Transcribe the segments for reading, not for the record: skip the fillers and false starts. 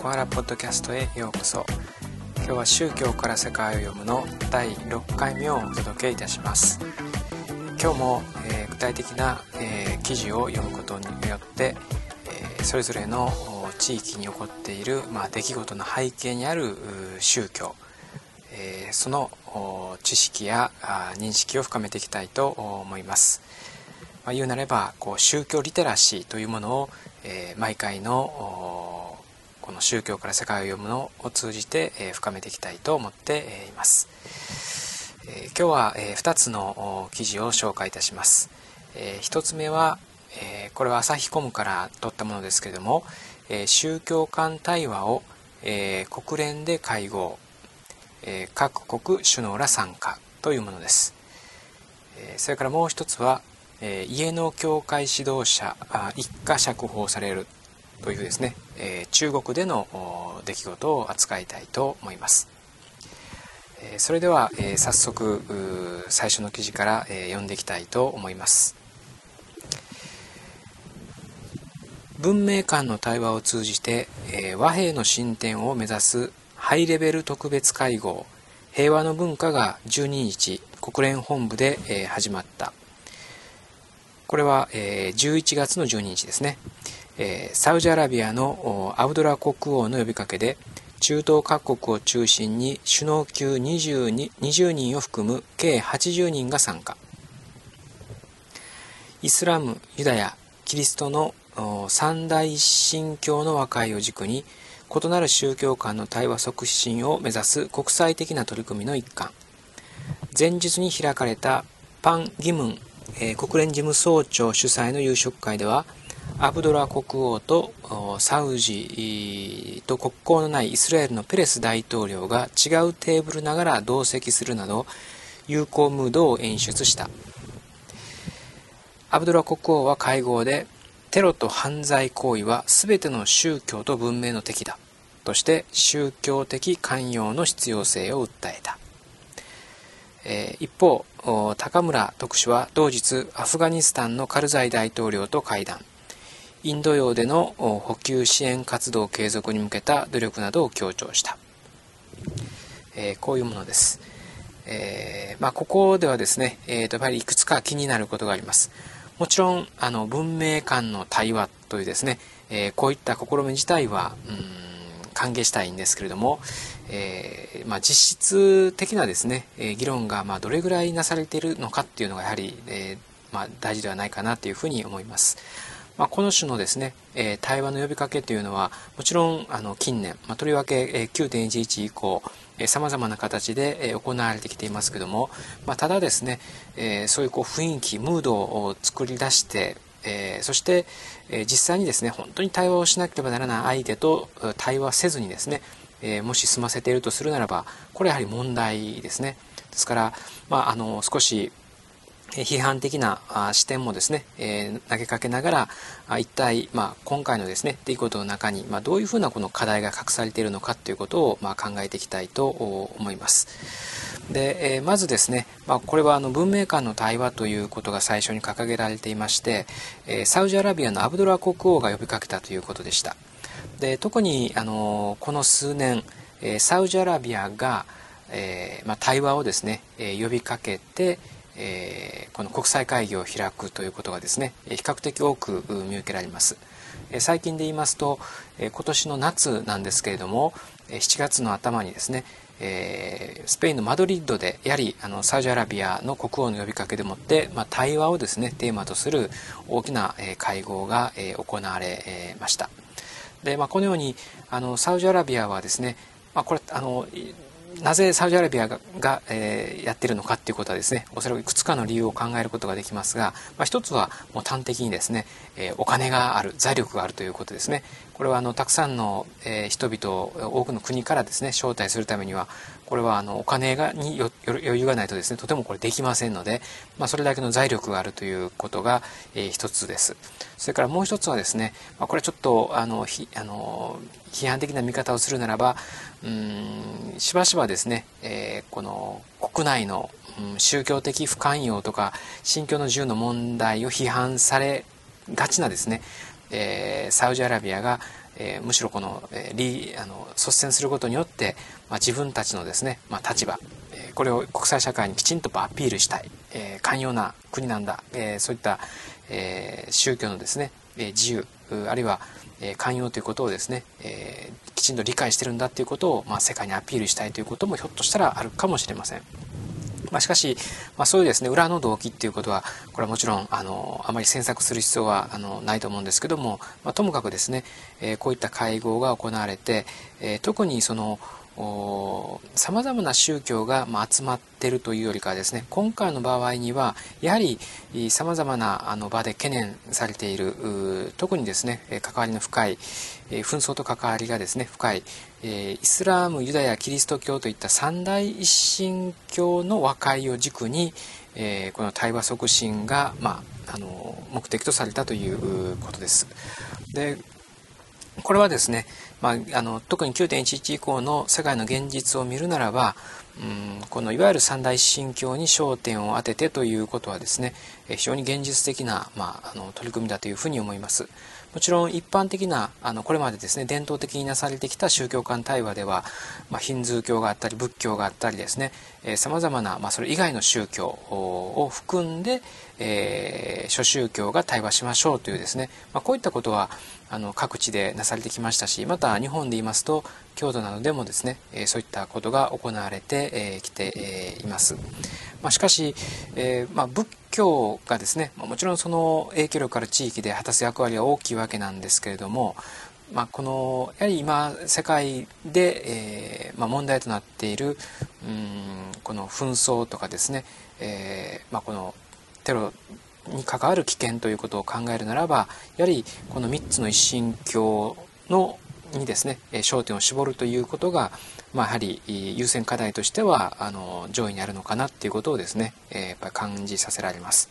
コアラポッドキャストへようこそ。今日は宗教から世界を読むの第6回目をお届けいたします。今日も、具体的な、記事を読むことによって、それぞれの地域に起こっている、出来事の背景にある宗教、その知識や認識を深めていきたいと思います。言うなれば宗教リテラシーというものを、毎回のこの宗教から世界を読むのを通じて、深めていきたいと思っています。今日は、2つの記事を紹介いたします。1つ目は、これは朝日コムから取ったものですけれども、宗教間対話を、国連で会合、各国首脳ら参加というものです。それからもう一つは、家の教会指導者一家釈放されるというですね、中国での出来事を扱いたいと思います。それでは、早速最初の記事から、読んでいきたいと思います。文明間の対話を通じて、和平の進展を目指すハイレベル特別会合平和の文化が12日国連本部で、始まった。これは、11月の12日ですね。サウジアラビアのアブドラ国王の呼びかけで中東各国を中心に首脳級20人を含む計80人が参加。イスラム、ユダヤ、キリストの三大神教の和解を軸に異なる宗教間の対話促進を目指す国際的な取り組みの一環。前日に開かれたパン・ギムン、国連事務総長主催の夕食会ではアブドラ国王とサウジと国交のないイスラエルのペレス大統領が違うテーブルながら同席するなど友好ムードを演出した。アブドラ国王は会合でテロと犯罪行為は全ての宗教と文明の敵だとして宗教的関与の必要性を訴えた。一方、高村特使は同日アフガニスタンのカルザイ大統領と会談、インド洋での補給支援活動継続に向けた努力などを強調した。こういうものです。ここではですね、やっぱりいくつか気になることがあります。もちろん文明間の対話というですね、こういった試み自体は歓迎したいんですけれども、実質的なですね、議論がどれぐらいなされているのかっていうのがやはり、大事ではないかなというふうに思います。この種のですね、対話の呼びかけというのはもちろん近年、とりわけ 9.11 以降さまざまな形で行われてきていますけども、ただですね、そういう雰囲気ムードを作り出して、そして、実際にですね本当に対話をしなければならない相手と対話せずにですね、もし済ませているとするならばこれやはり問題ですね。ですから、少し批判的な視点もですね、投げかけながら一体、今回のですね出来事の中に、どういうふうなこの課題が隠されているのかということを、考えていきたいと思います。で、まずですね、これは文明間の対話ということが最初に掲げられていまして、サウジアラビアのアブドラ国王が呼びかけたということでした。で、特にこの数年、サウジアラビアが、対話をですね、呼びかけてこの国際会議を開くということがですね比較的多く見受けられます。最近で言いますと今年の夏なんですけれども7月の頭にですねスペインのマドリッドでやはりサウジアラビアの国王の呼びかけでもって対話をですねテーマとする大きな会合が行われました。で、このようにサウジアラビアはですねこれなぜサウジアラビアがやっているのかっていうことはですねおそらくいくつかの理由を考えることができますが、一つはもう端的にですねお金がある財力があるということですね。これはたくさんの人々を多くの国からですね招待するためにはこれはお金に余裕がないとですねとてもこれできませんので、それだけの財力があるということが一つです。それからもう一つはですねこれちょっと批判的な見方をするならばしばしばですね、この国内の宗教的不寛容とか信教の自由の問題を批判されがちなですね、サウジアラビアがむしろこの、率先することによって、自分たちのですね、立場、これを国際社会にきちんとアピールしたい、寛容な国なんだ、そういった、宗教のですね、自由あるいは寛容ということをですね、きちんと理解してるんだということを、世界にアピールしたいということもひょっとしたらあるかもしれません。しかし、そういうですね裏の動機っていうことはこれはもちろんあまり詮索する必要はないと思うんですけども、ともかくですね、こういった会合が行われて、特にそのさまざまな宗教が集まっているというよりかはですね、今回の場合にはやはりさまざまな場で懸念されている、特にですね関わりの深い紛争と関わりがですね深いイスラーム、ユダヤ、キリスト教といった三大一神教の和解を軸に、この対話促進が、目的とされたということです。でこれはですね、特に 9.11 以降の世界の現実を見るならば、このいわゆる三大一神教に焦点を当ててということはですね、非常に現実的な、取り組みだというふうに思います。もちろん一般的なこれまでですね伝統的になされてきた宗教間対話では、ヒンズー教があったり仏教があったりですねさまざまな、それ以外の宗教を含んで、諸宗教が対話しましょうというですね、こういったことは各地でなされてきましたし、また日本で言いますと京都などでもですねそういったことが行われてきています。しかし、仏教がですねもちろんその影響力ある地域で果たす役割は大きいわけなんですけれども、このやはり今世界で、問題となっているこの紛争とかですね、このテロに関わる危険ということを考えるならば、やはりこの3つの一神教にですね焦点を絞るということが、やはり優先課題としては上位にあるのかなっていうことをですね、やっぱり感じさせられます。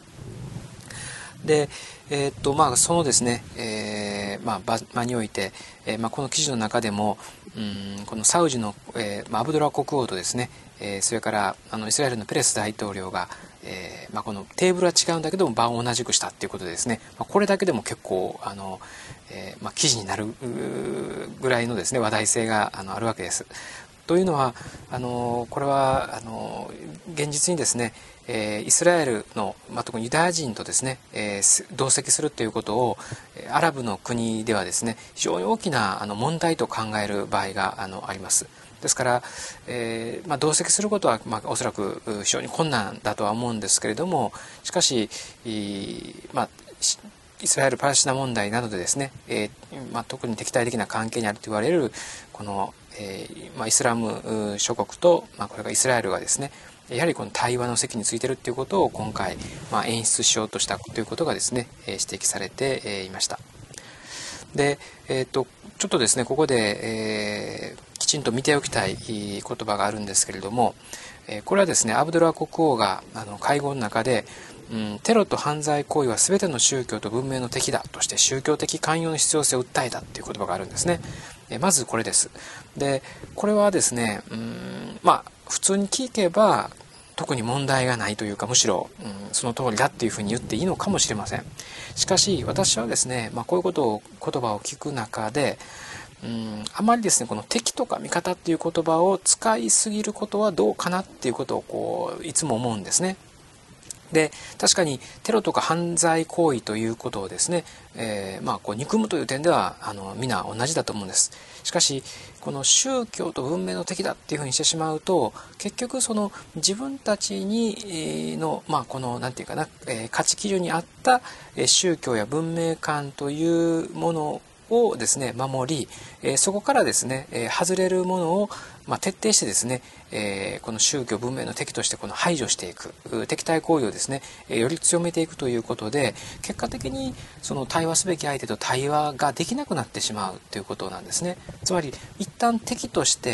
で、そのですね、場において、この記事の中でもこのサウジの、アブドラ国王とですね、それからイスラエルのペレス大統領が、このテーブルは違うんだけども場を同じくしたっていうことでですね、これだけでも結構記事になるぐらいのですね話題性があるわけです。というのはこれは現実にですねイスラエルの、特にユダヤ人とですね、同席するということをアラブの国ではですね非常に大きな問題と考える場合があります。ですから、同席することは、おそらく非常に困難だとは思うんですけれども、しかし、イスラエル・パレスチナ問題などでですね、特に敵対的な関係にあると言われるこの、イスラム諸国と、これがイスラエルがですねやはりこの対話の席についているということを今回、演出しようとしたということがですね指摘されていました。で、ちょっとですねここで、きちんと見ておきたい言葉があるんですけれども、これはですねアブドラ国王が会合の中で、テロと犯罪行為は全ての宗教と文明の敵だとして宗教的寛容の必要性を訴えたという言葉があるんですね。まずこれです。でこれはですね普通に聞けば特に問題がないというか、むしろ、その通りだっていうふうに言っていいのかもしれません。しかし私はですね、こういう言葉を聞く中であまりですねこの敵とか味方っていう言葉を使いすぎることはどうかなっていうことをいつも思うんですね。で確かにテロとか犯罪行為ということをですね、憎むという点では皆同じだと思うんです。しかしこの宗教と文明の敵だっていうふうにしてしまうと、結局その自分たちにのこのなんていうかな、価値基準に合った宗教や文明観というものをですね守り、そこからですね外れるものを徹底してですねこの宗教文明の敵として排除していく敵対行為をですねより強めていくということで、結果的にその対話すべき相手と対話ができなくなってしまうということなんですね。つまり一旦敵として、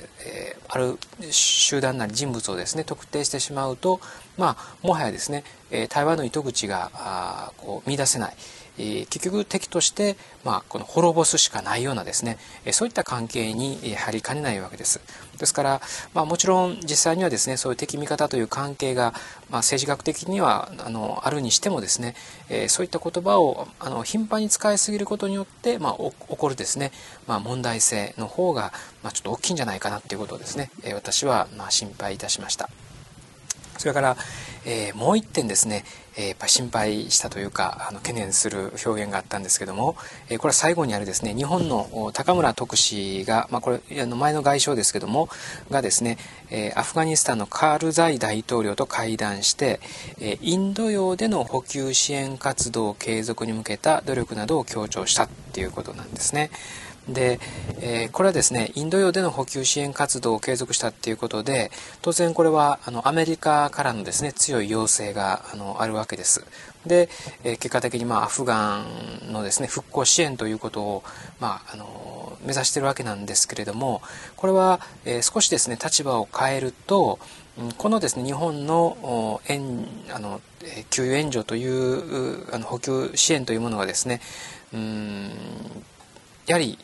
ある集団なり人物をですね特定してしまうと、もはやですね対話の糸口が見出せない、 結局敵として、この滅ぼすしかないようなですね、そういった関係に入りかねないわけです。ですから、もちろん実際にはですね、そういう敵味方という関係が、政治学的にはあるにしてもですね、そういった言葉を頻繁に使いすぎることによって、起こるですね、問題性の方が、ちょっと大きいんじゃないかなということをですね、私は心配いたしました。それから、もう一点ですね、やっぱり心配したというか懸念する表現があったんですけども、これは最後にあるですね、日本の高村徳氏が、これ前の外相ですけどもがですね、アフガニスタンのカールザイ大統領と会談して、インド洋での補給支援活動継続に向けた努力などを強調したっていうことなんですね。で、これはですね、インド洋での補給支援活動を継続したっていうことで、当然これはアメリカからのですね、強い要請があるわけです。で、結果的にアフガンのですね、復興支援ということを目指しているわけなんですけれども、これは少しですね、立場を変えると、このですね、日本の給与援助という補給支援というものがですね、やはり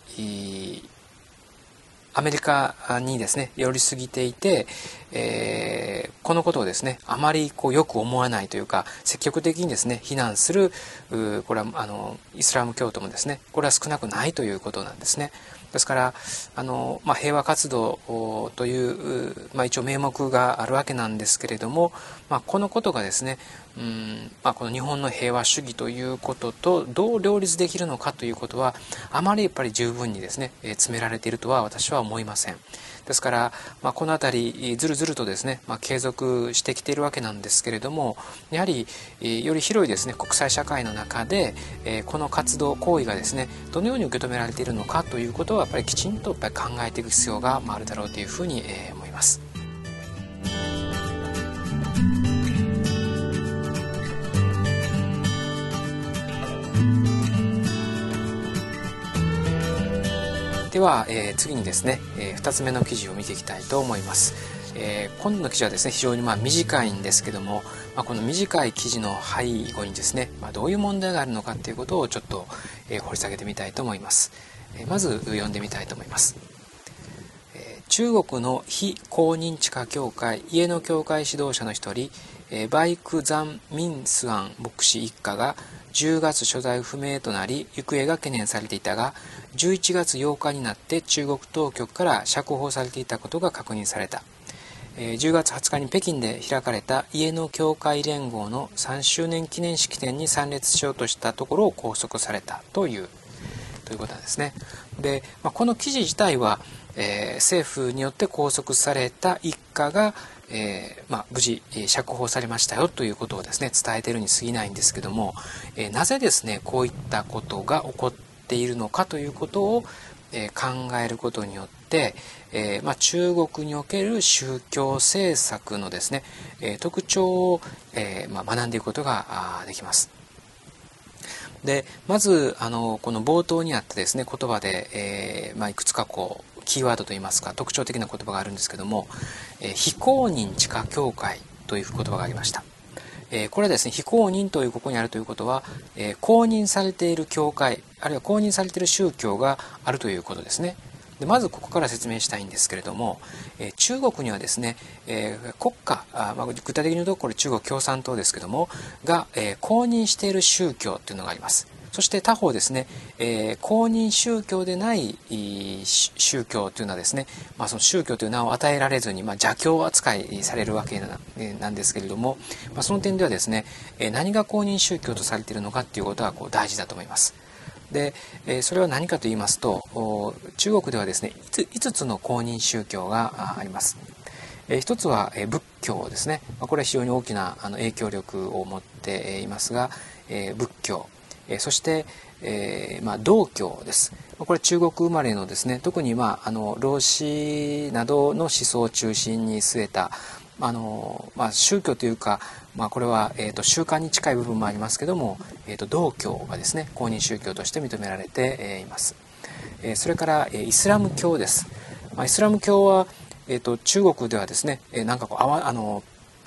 アメリカにですね寄りすぎていて、このことをですねあまりよく思わないというか、積極的にですね非難するこれはイスラム教徒もですねこれは少なくないということなんですね。ですから平和活動という、一応名目があるわけなんですけれども、このことがですねこの日本の平和主義ということとどう両立できるのかということはあまりやっぱり十分にですね詰められているとは私は思いません。ですから、この辺りずるずるとですね、継続してきているわけなんですけれども、やはりより広いですね国際社会の中でこの活動行為がですねどのように受け止められているのかということをやっぱりきちんと考えていく必要があるだろうというふうに思います。では、次にですね、2つ目の記事を見ていきたいと思います。今度の記事はですね非常に短いんですけども、この短い記事の背後にですね、どういう問題があるのかということをちょっと、掘り下げてみたいと思います。まず読んでみたいと思います。中国の非公認地下協会家の教会指導者の一人、バイク・ザン・ミンスアン牧師一家が10月所在不明となり行方が懸念されていたが、11月8日になって中国当局から釈放されていたことが確認された。10月20日に北京で開かれた家の教会連合の3周年記念式典に参列しようとしたところを拘束されたということなんですね。で、この記事自体は、政府によって拘束された一家が、無事釈放されましたよということをですね伝えているに過ぎないんですけども、なぜですねこういったことが起こっているのかということを、考えることによって、中国における宗教政策のですね、特徴を、学んでいくことができます。でまずこの冒頭にあったですね言葉で、いくつかキーワードといいますか特徴的な言葉があるんですけども、非公認地下協会という言葉がありました。これはですね非公認というここにあるということは、公認されている教会あるいは公認されている宗教があるということですね。でまずここから説明したいんですけれども、中国にはですね、国家具体的に言うとこれ中国共産党ですけどもが、公認している宗教というのがあります。そして他方ですね、公認宗教でない宗教というのはですね、その宗教という名を与えられずに、邪教扱いされるわけなんですけれども、その点ではですね、何が公認宗教とされているのかということは大事だと思います。でそれは何かと言いますと、中国ではですね5つの公認宗教があります。一つは仏教ですね。これは非常に大きな影響力を持っていますが、仏教、そして道教です。これ中国生まれのですね特に老子などの思想を中心に据えた宗教というか、これは、習慣に近い部分もありますけども、道教がですね公認宗教として認められています。それからイスラム教です。イスラム教は、中国ではですねなんか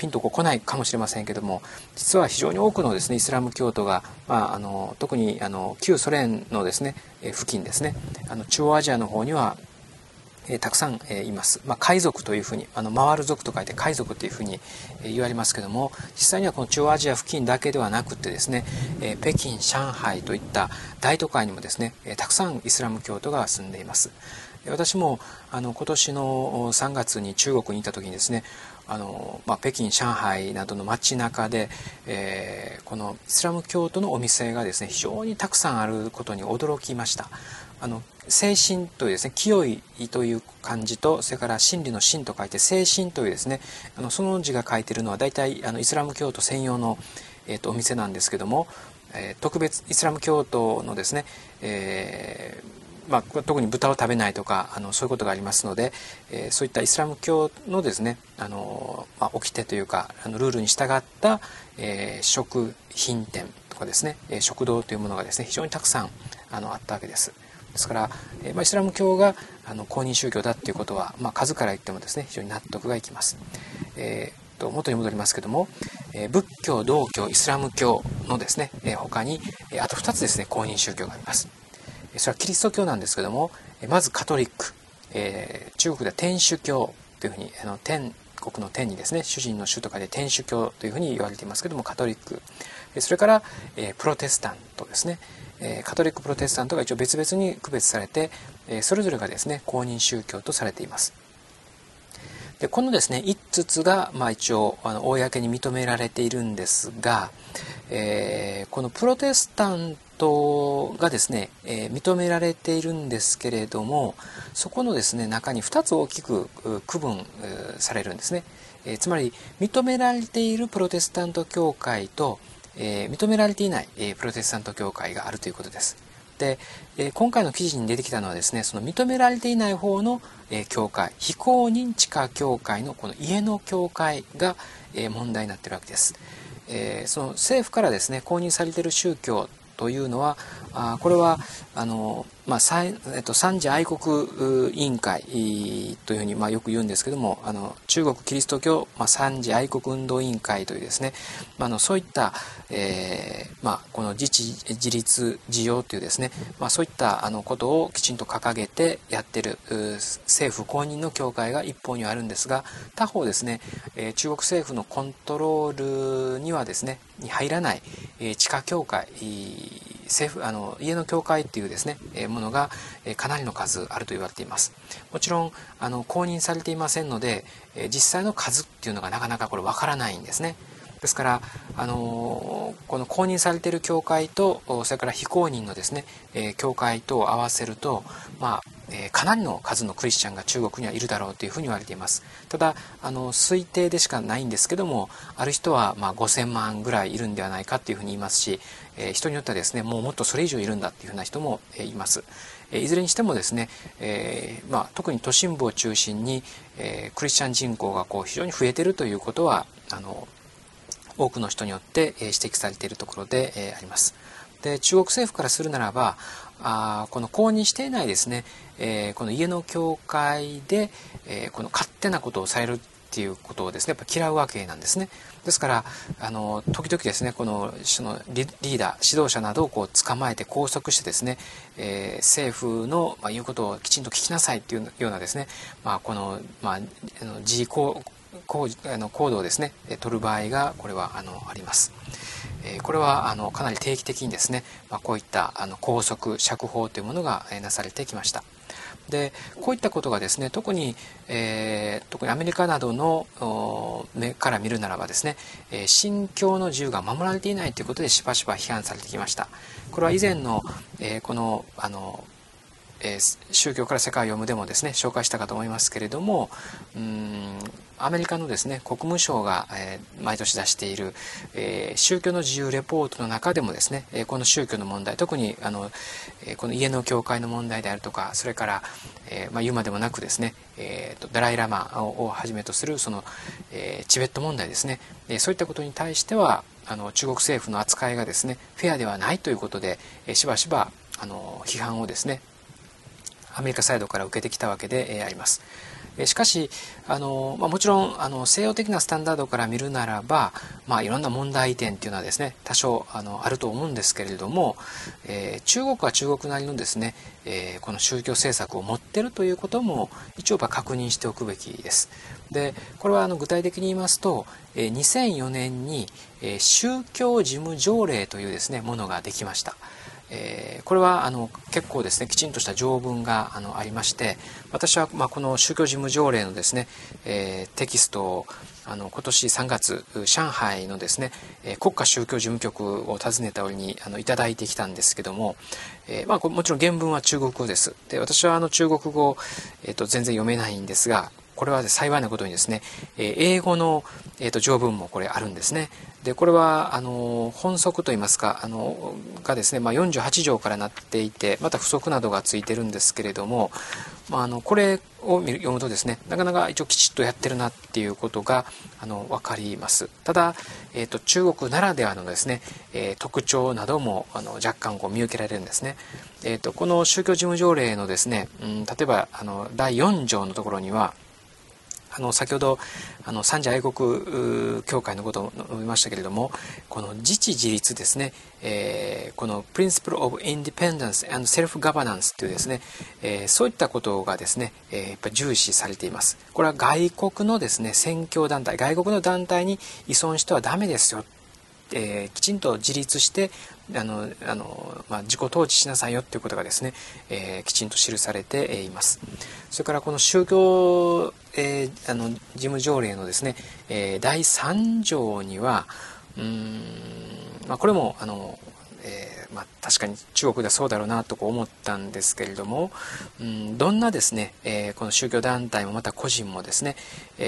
ピンとこないかもしれませんけども、実は非常に多くのですねイスラム教徒が、特に旧ソ連のですね付近ですね、中央アジアの方にはたくさんいます。海賊というふうに回る族と書いて海賊というふうに言われますけども、実際にはこの中央アジア付近だけではなくてですね、北京、上海といった大都会にもですねたくさんイスラム教徒が住んでいます。私も今年の3月に中国に行った時にですね、北京、上海などの街中で、このイスラム教徒のお店がですね非常にたくさんあることに驚きました。精神というですね清いという漢字と、それから真理の真と書いて精神というですねその字が書いているのは大体イスラム教徒専用の、お店なんですけども、特別イスラム教徒のですね、特に豚を食べないとかそういうことがありますので、そういったイスラム教のですね掟というかルールに従った、食品店とかですね食堂というものがですね非常にたくさんあったわけです。ですから、イスラム教が公認宗教だということは、数から言ってもですね非常に納得がいきます。元に戻りますけども、仏教、道教、イスラム教のですね他にあと2つですね公認宗教があります。それはキリスト教なんですけども、まずカトリック、中国では天主教というふうに天国の天にですね主人の主とかで天主教というふうに言われていますけどもカトリック、それから、プロテスタントですね。カトリックプロテスタントが一応別々に区別されて、それぞれがですね公認宗教とされています。でこのですね5つが、一応公に認められているんですが、このプロテスタントがですね、認められているんですけれども、そこのですね中に2つ大きく区分されるんですね。つまり認められているプロテスタント教会と認められていないプロテスタント教会があるということです。で、今回の記事に出てきたのはですねその認められていない方の教会、非公認地下教会のこの家の教会が問題になっているわけです。その政府からですね公認されている宗教というのはこれは三次愛国委員会というふうによく言うんですけども、中国キリスト教三次愛国運動委員会というですね、そういった、この自治自立自用というですね、そういったことをきちんと掲げてやっている政府公認の教会が一方にはあるんですが、他方ですね、中国政府のコントロールにはですねに入らない地下教会、家の教会っていうですねものがかなりの数あると言われています。もちろん公認されていませんので実際の数っていうのがなかなかこれわからないんですね。ですからこの公認されている教会とそれから非公認のですね教会とを合わせるとかなりの数のクリスチャンが中国にはいるだろうというふうに言われています。ただ推定でしかないんですけども、ある人は5000万ぐらいいるんではないかというふうに言いますし、人によってはですねもっとそれ以上いるんだというふうな人もいます。いずれにしてもですね、特に都心部を中心にクリスチャン人口が非常に増えているということは多くの人によって指摘されているところであります。で中国政府からするならばこの公認していないですね、この家の教会で、この勝手なことをされるっていうことをですねやっぱ嫌うわけなんですね。ですから時々ですねそのリーダー指導者などを捕まえて拘束してですね、政府の言うことをきちんと聞きなさいっていうようなですね、自行動をですね取る場合がこれはあります。これはかなり定期的にですね、こういった拘束釈放というものがなされてきました。でこういったことがですね特にアメリカなどの目から見るならばですね信教の自由が守られていないということでしばしば批判されてきました。これは以前のこの宗教から世界を読むでもですね紹介したかと思いますけれども、アメリカのですね国務省が毎年出している宗教の自由レポートの中でもですねこの宗教の問題、特にこの家の教会の問題であるとか、それから言うまでもなくですねダライラマをはじめとするそのチベット問題ですね、そういったことに対しては中国政府の扱いがですねフェアではないということでしばしば批判をですねアメリカサイドから受けてきたわけであります。 しかしもちろん西洋的なスタンダードから見るならば、いろんな問題点っていうのはですね多少あると思うんですけれども、中国は中国なりのですね、この宗教政策を持っているということも一応確認しておくべきです。でこれは具体的に言いますと、2004年に宗教事務条例というですねものができました。これは結構ですねきちんとした条文がありまして、私はこの宗教事務条例のですね、テキストを今年3月上海のですね国家宗教事務局を訪ねた折にいただいてきたんですけども、もちろん原文は中国語です。で私は中国語、全然読めないんですが、これは幸いなことにですね英語の、条文もこれあるんですね。でこれは本則といいますかがですね、48条からなっていて、また付則などがついてるんですけれども、これを読むとですねなかなか一応きちっとやってるなっていうことが分かります。ただ、中国ならではのですね、特徴なども若干見受けられるんですね。この宗教事務条例のですね、例えば第4条のところには先ほど三者愛国協会のことを述べましたけれども、この自治自立ですね、この Principle of Independence and Self-Governance というですね、そういったことがですね、やっぱり重視されています。これは外国のですね宣教団体、外国の団体に依存してはダメですよ、きちんと自立して自己統治しなさいよということがですね、きちんと記されています。それからこの宗教、事務条例のですね、第3条にはこれも確かに中国ではそうだろうなと思ったんですけれども、どんなですね、この宗教団体もまた個人もですね、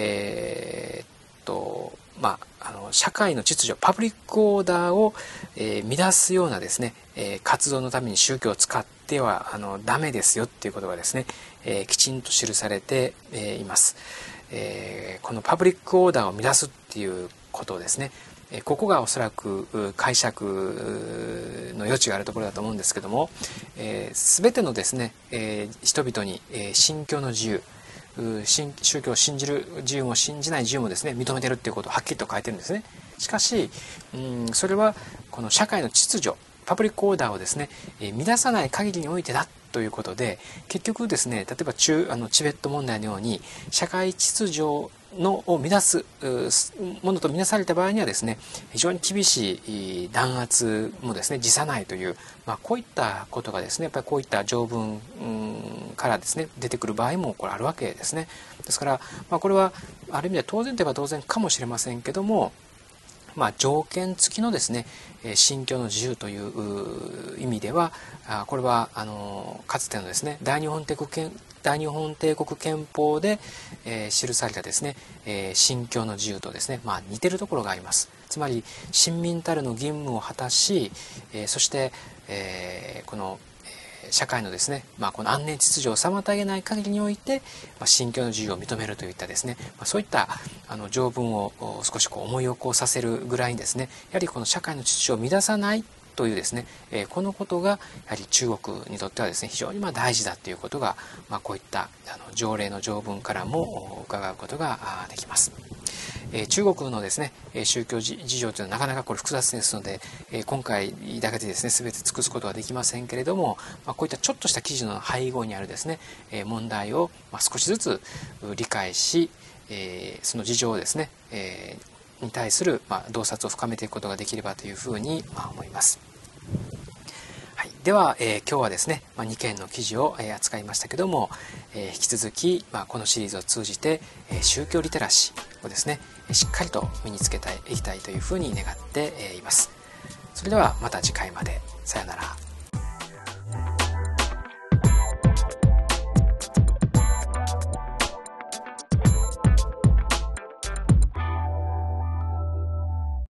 社会の秩序、パブリックオーダーを、乱すようなですね、活動のために宗教を使ってはダメですよっていうことがですね、きちんと記されて、います。このパブリックオーダーを乱すっていうことをですね、ここがおそらく解釈の余地があるところだと思うんですけども、全てのですね、人々に信教の自由、宗教を信じる自由も信じない自由もですね認めてるっていうことをはっきりと書いてるんですね。しかしそれはこの社会の秩序、パブリックオーダーをですね乱さない限りにおいてだということで、結局ですね例えばチベット問題のように社会秩序を乱すものとみなされた場合にはですね非常に厳しい弾圧もですね辞さないという、こういったことがですねやっぱりこういった条文からですね出てくる場合もこれあるわけですね。ですから、これはある意味では当然といえば当然かもしれませんけども、条件付きのですね信教の自由という意味ではこれはかつてのですね大日本帝国憲法で、記されたですね、信教の自由とですね、似てるところがあります。つまり臣民たるの義務を果たし、そして、この社会のですね、この安寧秩序を妨げない限りにおいて、信教の自由を認めるといったですね、そういった条文を少し思い起こさせるぐらいにですね、やはりこの社会の秩序を乱さないというですね、このことがやはり中国にとってはですね非常に大事だということが、こういった条例の条文からも伺うことができます。中国のですね宗教事情というのはなかなかこれ複雑ですので、今回だけでですね全て尽くすことはできませんけれども、こういったちょっとした記事の背後にあるですね問題を少しずつ理解し、その事情をですね、に対する洞察を深めていくことができればというふうに思います。はい、では、今日はですね、2件の記事を扱いましたけども、引き続き、このシリーズを通じて宗教リテラシーをですねしっかりと身につけていきたいというふうに願っています。それではまた次回まで。さようなら。